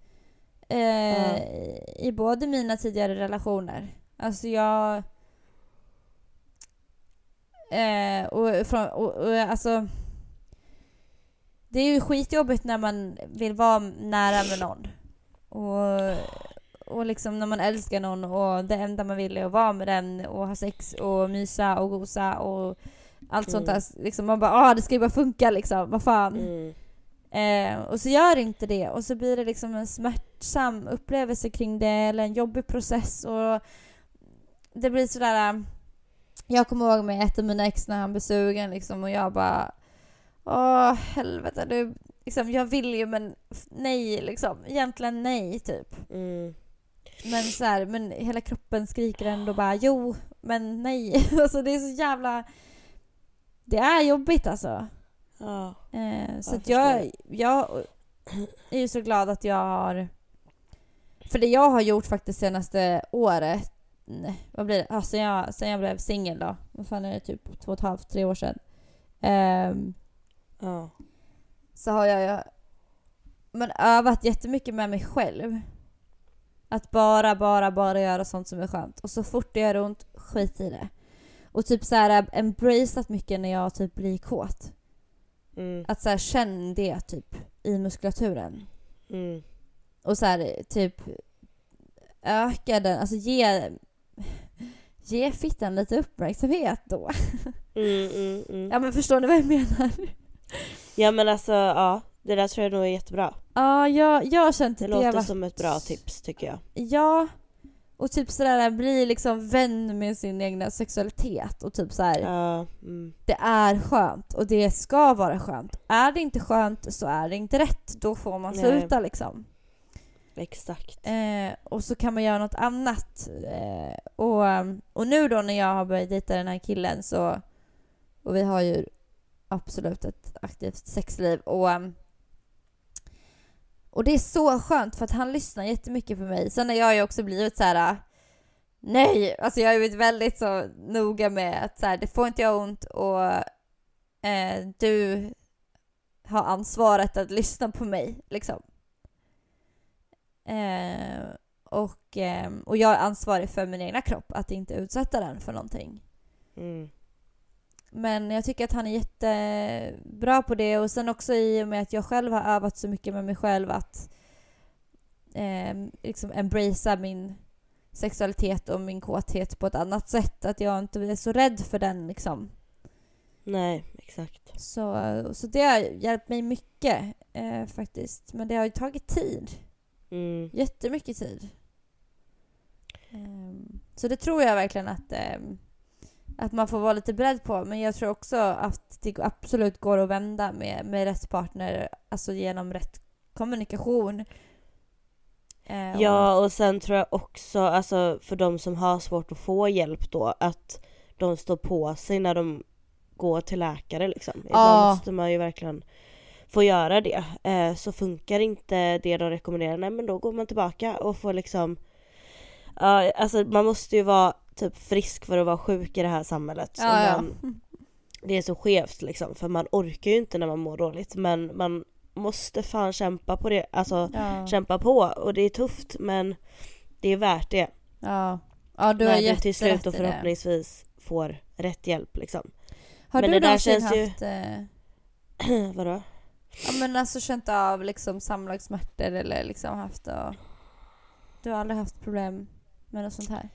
i både mina tidigare relationer. Alltså jag... alltså... Det är ju skitjobbigt när man vill vara nära med någon. Och liksom när man älskar någon och det enda man vill är att vara med den och ha sex och mysa och gosa och allt sånt där. Liksom man bara, det ska ju bara funka liksom, vad fan. Och så gör inte det. Och så blir det liksom en smärtsam upplevelse kring det, eller en jobbig process. det blir sådär, jag kommer ihåg med ett av mina ex när han blev sugen liksom, och jag bara helvete, du liksom, jag vill ju men nej liksom, egentligen nej typ. Men så här, men hela kroppen skriker ändå bara jo, men nej. Alltså det är så jävla, det är jobbigt alltså. Ja. Så att jag är ju så glad att jag har, för det jag har gjort faktiskt senaste året, vad blir det? Sen jag blev singel då. Vad fan är det, typ 2,5-3 år sedan. Så har jag övat jättemycket med mig själv. Att bara göra sånt som är skönt. Och så fort det gör ont, skit i det. Och typ så här embraceat mycket när jag typ blir kåt. Att så här känn det typ i muskulaturen. Och så här typ öka den, alltså ge fittan lite uppmärksamhet då. Ja, men förstår ni vad jag menar? Ja, men alltså, ja, det där tror jag nog är jättebra. Ja, jag känner det låter som ett bra tips, tycker jag. Ja, och typ sådär, bli liksom vän med sin egna sexualitet. Och typ såhär, det är skönt och det ska vara skönt. Är det inte skönt så är det inte rätt. Då får man sluta liksom. Exakt. Och så kan man göra något annat. Och nu då när jag har börjat dejta den här killen så, och vi har ju absolut ett aktivt sexliv, och det är så skönt för att han lyssnar jättemycket på mig. Sen har jag ju också blivit så här: nej, alltså jag har blivit väldigt så noga med att så här, det får inte göra ont, och du har ansvaret att lyssna på mig liksom. Och jag är ansvarig för min egna kropp, att inte utsätta den för någonting. Men jag tycker att han är jättebra på det. Och sen också i och med att jag själv har övat så mycket med mig själv att liksom embracea min sexualitet och min kåthet på ett annat sätt. Att jag inte är så rädd för den liksom. Nej, exakt. Så det har hjälpt mig mycket faktiskt. Men det har ju tagit tid. Jättemycket tid. Så det tror jag verkligen att man får vara lite beredd på. Men jag tror också att det absolut går att vända med rätt partner. Alltså genom rätt kommunikation. Ja, och sen tror jag också, alltså för de som har svårt att få hjälp då, att de står på sig när de går till läkare liksom. Ibland måste man ju verkligen få göra det. Så funkar inte det de rekommenderar, nej, men då går man tillbaka och får liksom, alltså man måste ju vara typ frisk för att vara sjuk i det här samhället. Det är så skevt liksom, för man orkar ju inte när man mår dåligt, men man måste fan kämpa på det, alltså kämpa på, och det är tufft, men det är värt det. Ja, du har jätterätt till slut och förhoppningsvis får rätt hjälp liksom. Har men du det där någonsin känns haft vadå? Ja, men alltså känt av liksom samlagssmärtor eller liksom haft du har aldrig haft problem med något sånt här?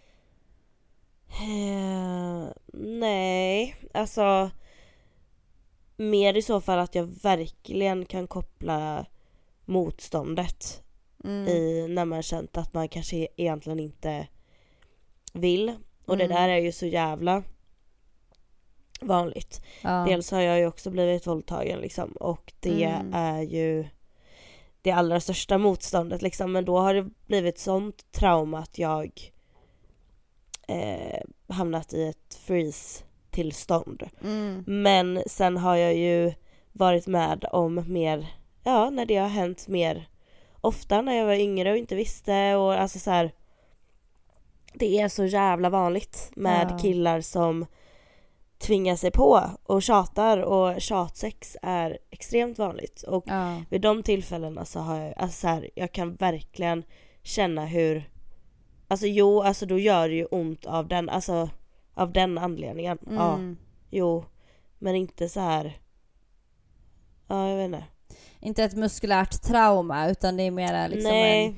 Nej, alltså mer i så fall att jag verkligen kan koppla motståndet i när man känt att man kanske egentligen inte vill. Och det där är ju så jävla vanligt. Dels har jag ju också blivit våldtagen liksom, och det är ju det allra största motståndet liksom, men då har det blivit sånt trauma att jag hamnat i ett freeze-tillstånd. Men sen har jag ju varit med om mer, när det har hänt mer ofta när jag var yngre och inte visste, och alltså så här, det är så jävla vanligt med killar som tvingar sig på och tjatar, och tjatsex är extremt vanligt, och vid de tillfällena så har jag, alltså så här, jag kan verkligen känna hur, alltså då gör det ju ont av den, alltså av den anledningen. Men inte så här, jag vet inte. Inte ett muskulärt trauma, utan det är mer liksom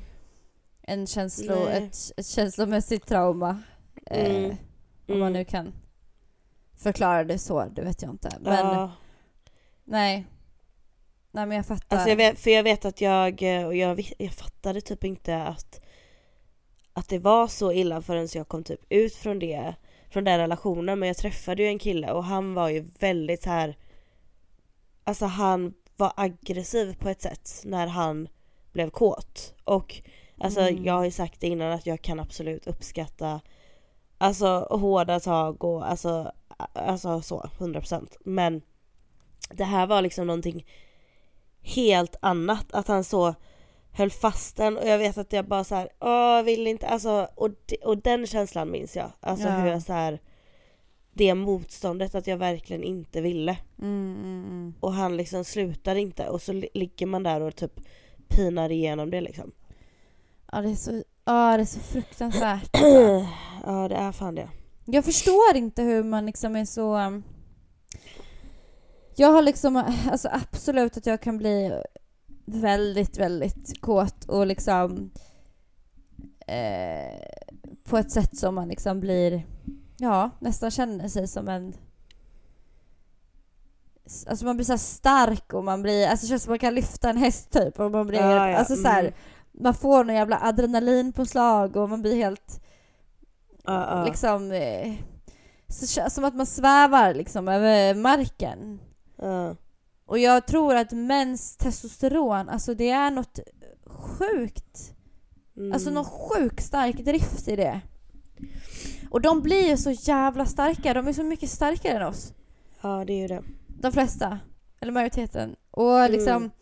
ett känslomässigt trauma. Om man nu kan förklara det så, det vet jag inte. Men nej, men jag fattar. Alltså jag vet att jag fattade typ inte att det var så illa förrän jag kom typ ut från den relationen. Men jag träffade ju en kille och han var ju väldigt så här, alltså han var aggressiv på ett sätt när han blev kåt. Och alltså jag har ju sagt det innan att jag kan absolut uppskatta alltså hårda tag och alltså så 100%. Men det här var liksom någonting helt annat, att han så höll fast den, och jag vet att jag bara så här, vill inte, alltså och den känslan minns jag, alltså hur jag så här, det motståndet, att jag verkligen inte ville. Och han liksom slutade inte, och så ligger man där och typ pinar igenom det liksom. Ja, det är så fruktansvärt. Ja, det är fan det. Jag förstår inte hur man liksom är så... Jag har liksom, alltså absolut att jag kan bli väldigt, väldigt kåt och liksom på ett sätt som man liksom blir, ja, nästan känner sig som en, alltså man blir så här stark och man blir, alltså det känns som man kan lyfta en häst typ, och man blir alltså så här, man får någon jävla adrenalin på slag och man blir helt liksom så, som att man svävar liksom över marken. Och jag tror att mäns testosteron, alltså det är något sjukt, alltså någon sjukt stark drift i det. Och de blir ju så jävla starka, de är så mycket starkare än oss. Ja, det är ju det. De flesta, eller majoriteten. Och liksom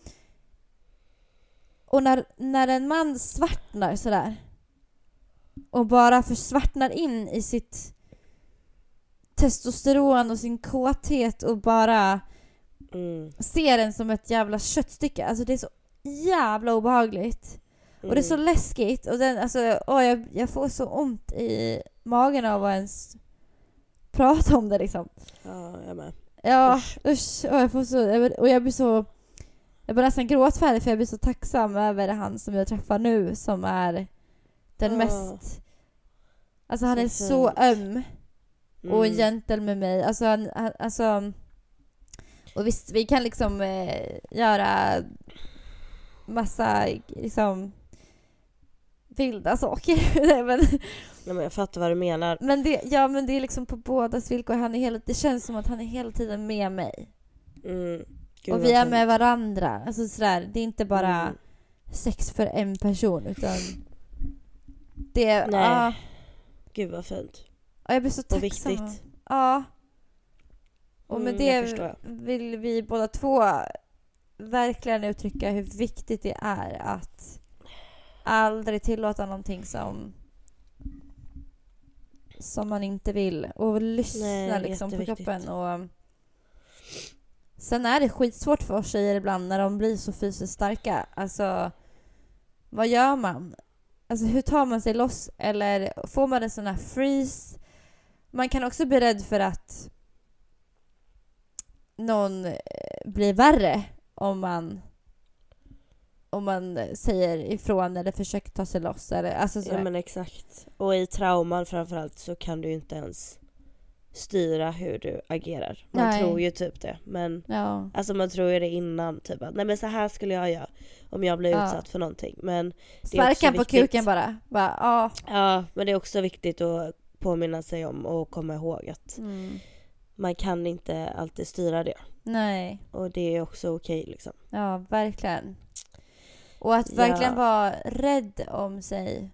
och när en man svartnar sådär och bara försvartnar in i sitt testosteron och sin kåthet och bara ser den som ett jävla köttstycke, alltså det är så jävla obehagligt. Och det är så läskigt, och den, alltså, jag får så ont i magen av att ens prata om det liksom. Ja, jag med. Ja, usch. Jag får så, och jag blir så, jag blir nästan gråtfärdig, för jag blir så tacksam över han som jag träffar nu, som är den mest, alltså han är så öm och gentle med mig. Alltså alltså, och visst, vi kan liksom göra massa liksom vilda saker. Men jag fattar vad du menar. Men det är liksom på bådas villkor. Det känns som att han är hela tiden med mig. Gud, och vi är med varandra. Alltså sådär, det är inte bara sex för en person, utan det är... Nej. Gud vad fint. Och jag blir så tacksam. Och viktigt. Ja. Och med det vill vi båda två verkligen uttrycka hur viktigt det är att aldrig tillåta någonting som man inte vill, och lyssna liksom på kroppen. Och sen är det skitsvårt för oss tjejer ibland när de blir så fysiskt starka. Alltså, vad gör man? Alltså, hur tar man sig loss? Eller får man en sån här freeze? Man kan också bli rädd för att någon blir värre om man säger ifrån eller försöker ta sig loss. Eller, alltså ja, men exakt. Och i trauman framförallt så kan du inte ens styra hur du agerar. Man tror ju typ det. Men alltså man tror ju det innan. Typ att, nej men så här skulle jag göra om jag blir utsatt för någonting. Men sparka på kuken bara. Ja, men det är också viktigt att påminna sig om och komma ihåg att man kan inte alltid styra det. Nej. Och det är också okej liksom. Ja, verkligen. Och att verkligen vara rädd om sig.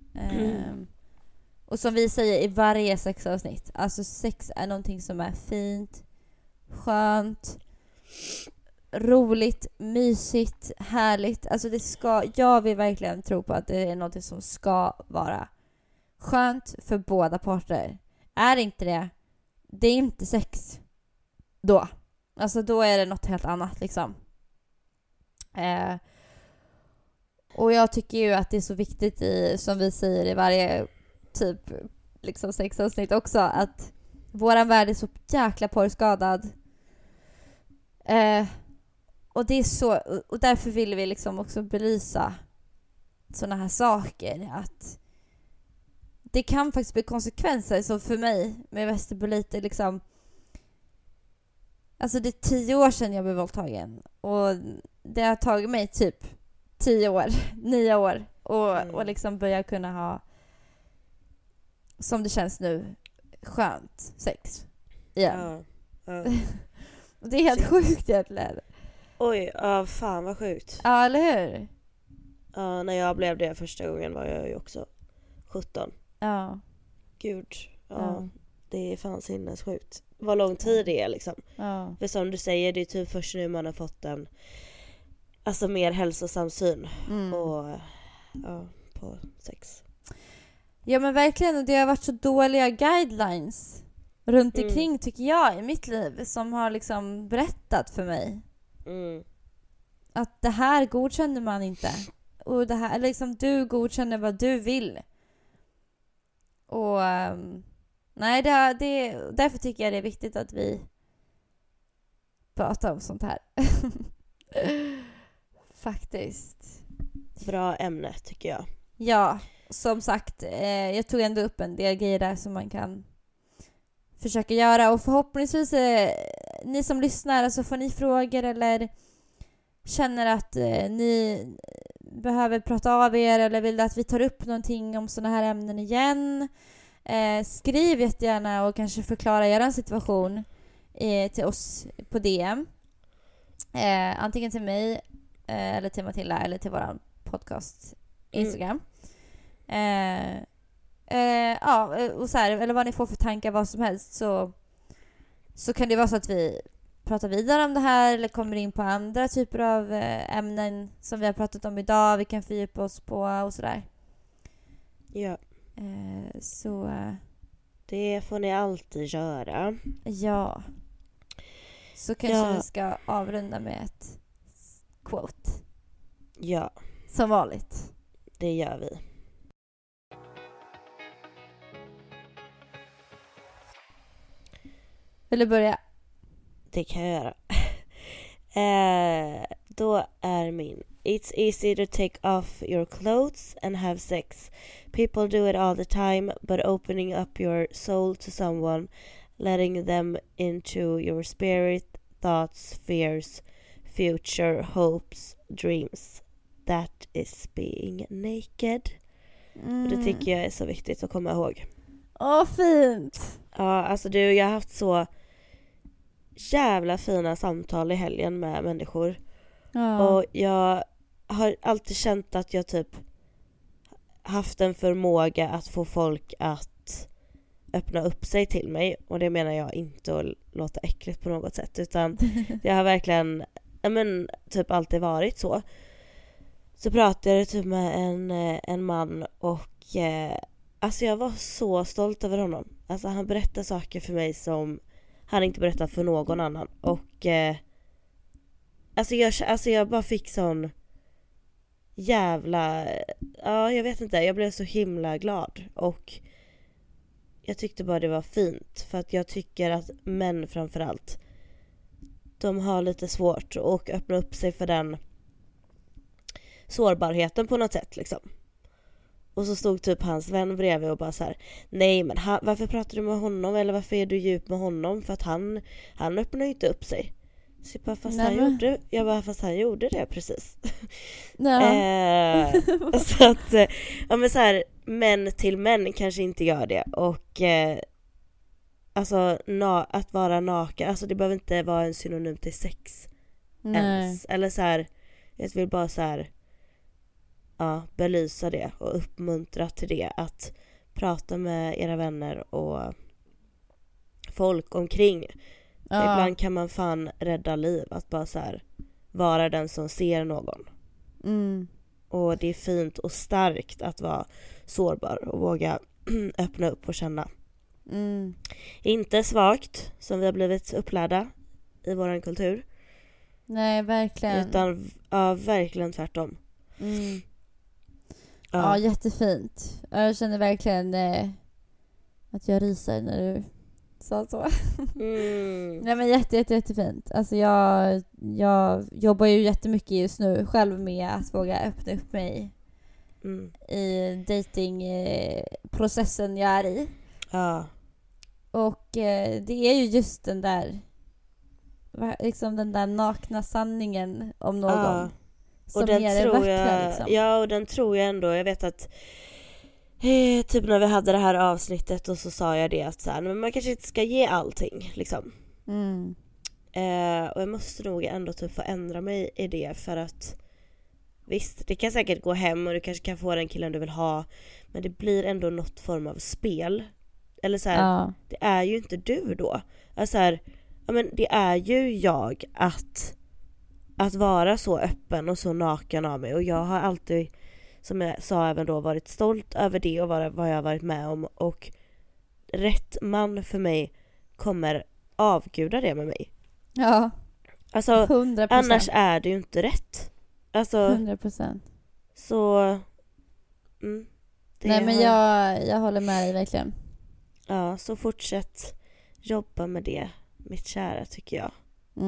Och som vi säger i varje sexavsnitt, alltså sex är någonting som är fint, skönt, roligt, mysigt, härligt. Alltså jag vill verkligen tro på att det är något som ska vara skönt för båda parter. Är inte det är inte sex då. Alltså då är det något helt annat liksom. Och jag tycker ju att det är så viktigt som vi säger i varje typ liksom sexavsnitt också, att våran värld är så jäkla porrskadad. Och det är så, och därför vill vi liksom också belysa såna här saker, att det kan faktiskt bli konsekvenser. Så för mig med Västerbolite liksom, alltså det är 10 år sedan jag blev våldtagen, och det har tagit mig typ 9 år och liksom börja kunna ha som det känns nu, skönt sex igen. Ja. Det är helt sjukt egentligen. Oj, fan vad sjukt. Ja, eller hur? Ja, när jag blev det första gången var jag ju också 17. Ja. Gud, det är fan sinnessjukt. Vad lång tid det är liksom. Ja. För som du säger, det är typ först nu man har fått en mer hälsosam syn på sex. Ja, men verkligen, och det har varit så dåliga guidelines runt omkring tycker jag i mitt liv som har liksom berättat för mig att det här godkänner man inte. Och det här, liksom, du godkänner vad du vill. Och nej, därför tycker jag det är viktigt att vi pratar om sånt här. Faktiskt. Bra ämne tycker jag. Ja, som sagt, jag tog ändå upp en del grejer där som man kan försöka göra. Och förhoppningsvis ni som lyssnar, alltså får ni frågor eller känner att ni behöver prata av er eller vill att vi tar upp någonting om såna här ämnen igen, skriv jättegärna och kanske förklara er situation till oss på DM. Antingen till mig eller till Matilda eller till våran podcast Instagram. Och så här, eller vad ni får för tankar, vad som helst, så kan det vara så att vi pratar vidare om det här eller kommer in på andra typer av ämnen som vi har pratat om idag, vi kan fördjupa oss på och sådär. Ja. Så det får ni alltid göra. Ja. Så kanske vi ska avrunda med ett quote. Ja. Som vanligt. Det gör vi. Vill du börja? Det kan jag göra. Då är min. It's easy to take off your clothes and have sex. People do it all the time, but opening up your soul to someone, letting them into your spirit, thoughts, fears, future, hopes, dreams. That is being naked. Och det tycker jag är så viktigt att komma ihåg. Fint! Ja, alltså jag har haft så jävla fina samtal i helgen med människor. Och jag har alltid känt att jag typ haft en förmåga att få folk att öppna upp sig till mig. Och det menar jag inte att låta äckligt på något sätt, utan jag har verkligen typ alltid varit så. Så pratade jag typ med en man och alltså jag var så stolt över honom. Alltså han berättade saker för mig som han inte berättat för någon annan. Och alltså jag bara fick sån jävla, jag vet inte, jag blev så himla glad. Och jag tyckte bara det var fint, för att jag tycker att män framförallt, de har lite svårt att öppna upp sig för den sårbarheten på något sätt liksom. Och så stod typ hans vän bredvid och bara så här: nej men varför pratar du med honom, eller varför är du djup med honom, för att han öppnar ju inte upp sig. Så jag bara, fast han gjorde det precis. Så att men så här, män till män kanske inte gör det. Och alltså att vara naken, alltså det behöver inte vara en synonym till sex ens. Eller så här, jag vill bara så här belysa det och uppmuntra till det, att prata med era vänner och folk omkring. Ibland kan man fan rädda liv, att bara så här vara den som ser någon. Och det är fint och starkt att vara sårbar och våga öppna upp och känna. Inte svagt som vi har blivit upplärda i våran kultur. Nej, verkligen. Utan verkligen tvärtom. Ja, jättefint. Jag känner verkligen att jag ryser när du sa så. Nej, men jättefint. Alltså jag jobbar ju jättemycket just nu själv med att våga öppna upp mig i datingprocessen jag är i. Och det är ju just den där nakna sanningen om någon. Och den tror jag, liksom. Ja, och den tror jag ändå, jag vet att Typ när vi hade det här avsnittet och så sa jag det att så här, men man kanske inte ska ge allting liksom. Och jag måste nog ändå typ få ändra mig i det, för att visst, det kan säkert gå hem och du kanske kan få den killen du vill ha, men det blir ändå något form av spel. Eller så här, det är ju inte du då. Alltså här, ja, men det är ju jag att vara så öppen och så naken av mig, och jag har alltid, som jag sa även då, varit stolt över det och vad jag har varit med om, och rätt man för mig kommer avguda det med mig. Ja. Alltså 100%. Annars är det ju inte rätt. Alltså 100%. Så nej, men jag håller med dig verkligen. Ja, så fortsätt jobba med det, mitt kära, tycker jag.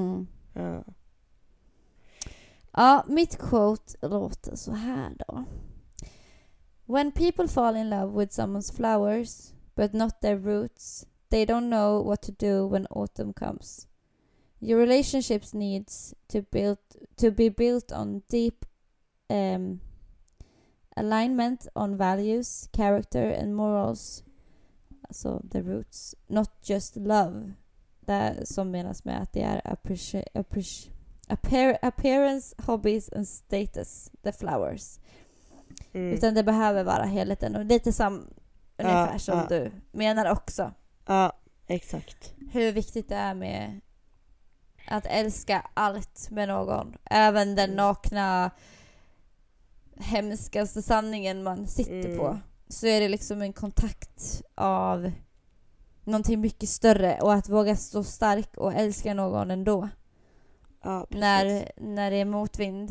Ja, mitt quote låter så här då. When people fall in love with someone's flowers but not their roots, they don't know what to do when autumn comes. Your relationships needs to be built on deep alignment on values, character and morals. Alltså the roots, not just love. Det som menas med att det är appearance, hobbies and status, the flowers. Utan det behöver vara helheten, och lite ungefär som du menar också. Ja, exakt. Hur viktigt det är med att älska allt med någon, även den nakna hemskaste sanningen man sitter på, så är det liksom en kontakt av någonting mycket större, och att våga stå stark och älska någon ändå. Ja, när det är motvind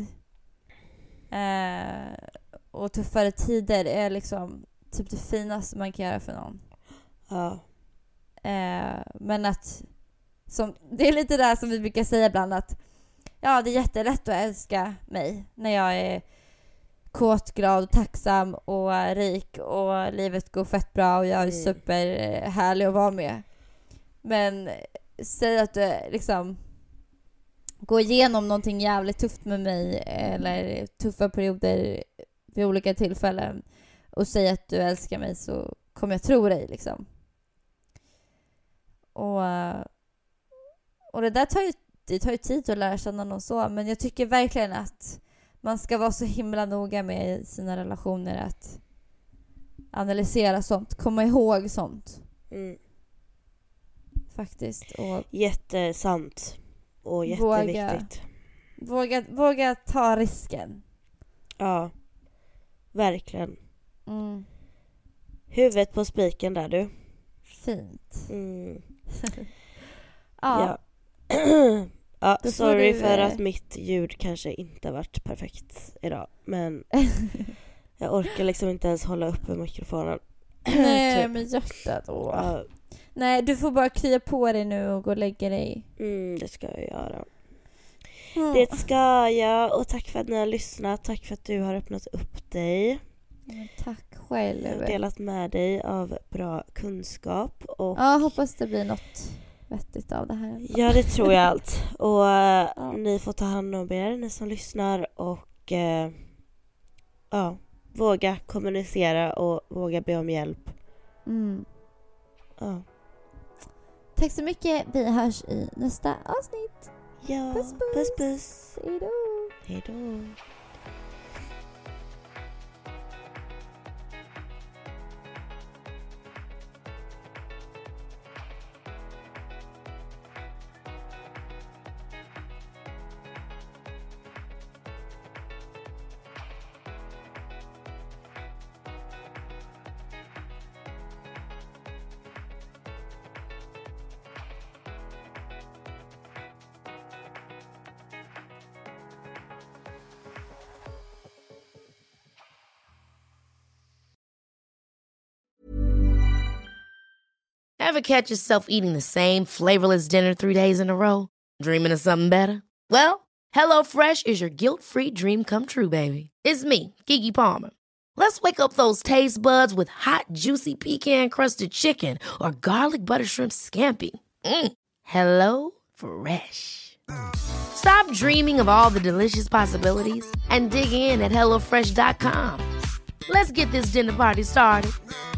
och tuffare tider är liksom typ det finaste man kan göra för någon. Ja. Men att det är lite där som vi brukar säga ibland, att ja, det är jättelätt att älska mig när jag är kåt, glad, tacksam och rik och livet går fett bra och jag är superhärlig att vara med. Men säg att du liksom går igenom någonting jävligt tufft med mig, eller tuffa perioder vid olika tillfällen, och säg att du älskar mig, så kommer jag tro dig liksom. Och det där tar ju tid att lära känna någon så, men jag tycker verkligen att man ska vara så himla noga med sina relationer, att analysera sånt, komma ihåg sånt. Faktiskt. Och jättesant och jätteviktigt. Våga ta risken. Ja, verkligen. Huvudet på spiken där, du. Fint. Ja. Ja, sorry för att mitt ljud kanske inte har varit perfekt idag, men jag orkar liksom inte ens hålla uppe mikrofonen. Nej, typ. men hjärtat då. Nej, du får bara krya på dig nu och gå och lägga dig. Det ska jag göra. Det ska jag, och tack för att ni har lyssnat. Tack för att du har öppnat upp dig. Tack själv. Jag har delat med dig av bra kunskap. Och ja, hoppas det blir något vettigt av det här. Ja, det tror jag allt. Och ni får ta hand om er, ni som lyssnar. Och våga kommunicera och våga be om hjälp. Ja. Tack så mycket. Vi hörs i nästa avsnitt. Ja, puss, puss. Puss, puss. Hejdå. Hejdå. Ever catch yourself eating the same flavorless dinner 3 days in a row? Dreaming of something better? Well, HelloFresh is your guilt-free dream come true, baby. It's me, Keke Palmer. Let's wake up those taste buds with hot, juicy pecan-crusted chicken or garlic butter shrimp scampi. Hello Fresh. Stop dreaming of all the delicious possibilities and dig in at HelloFresh.com. Let's get this dinner party started.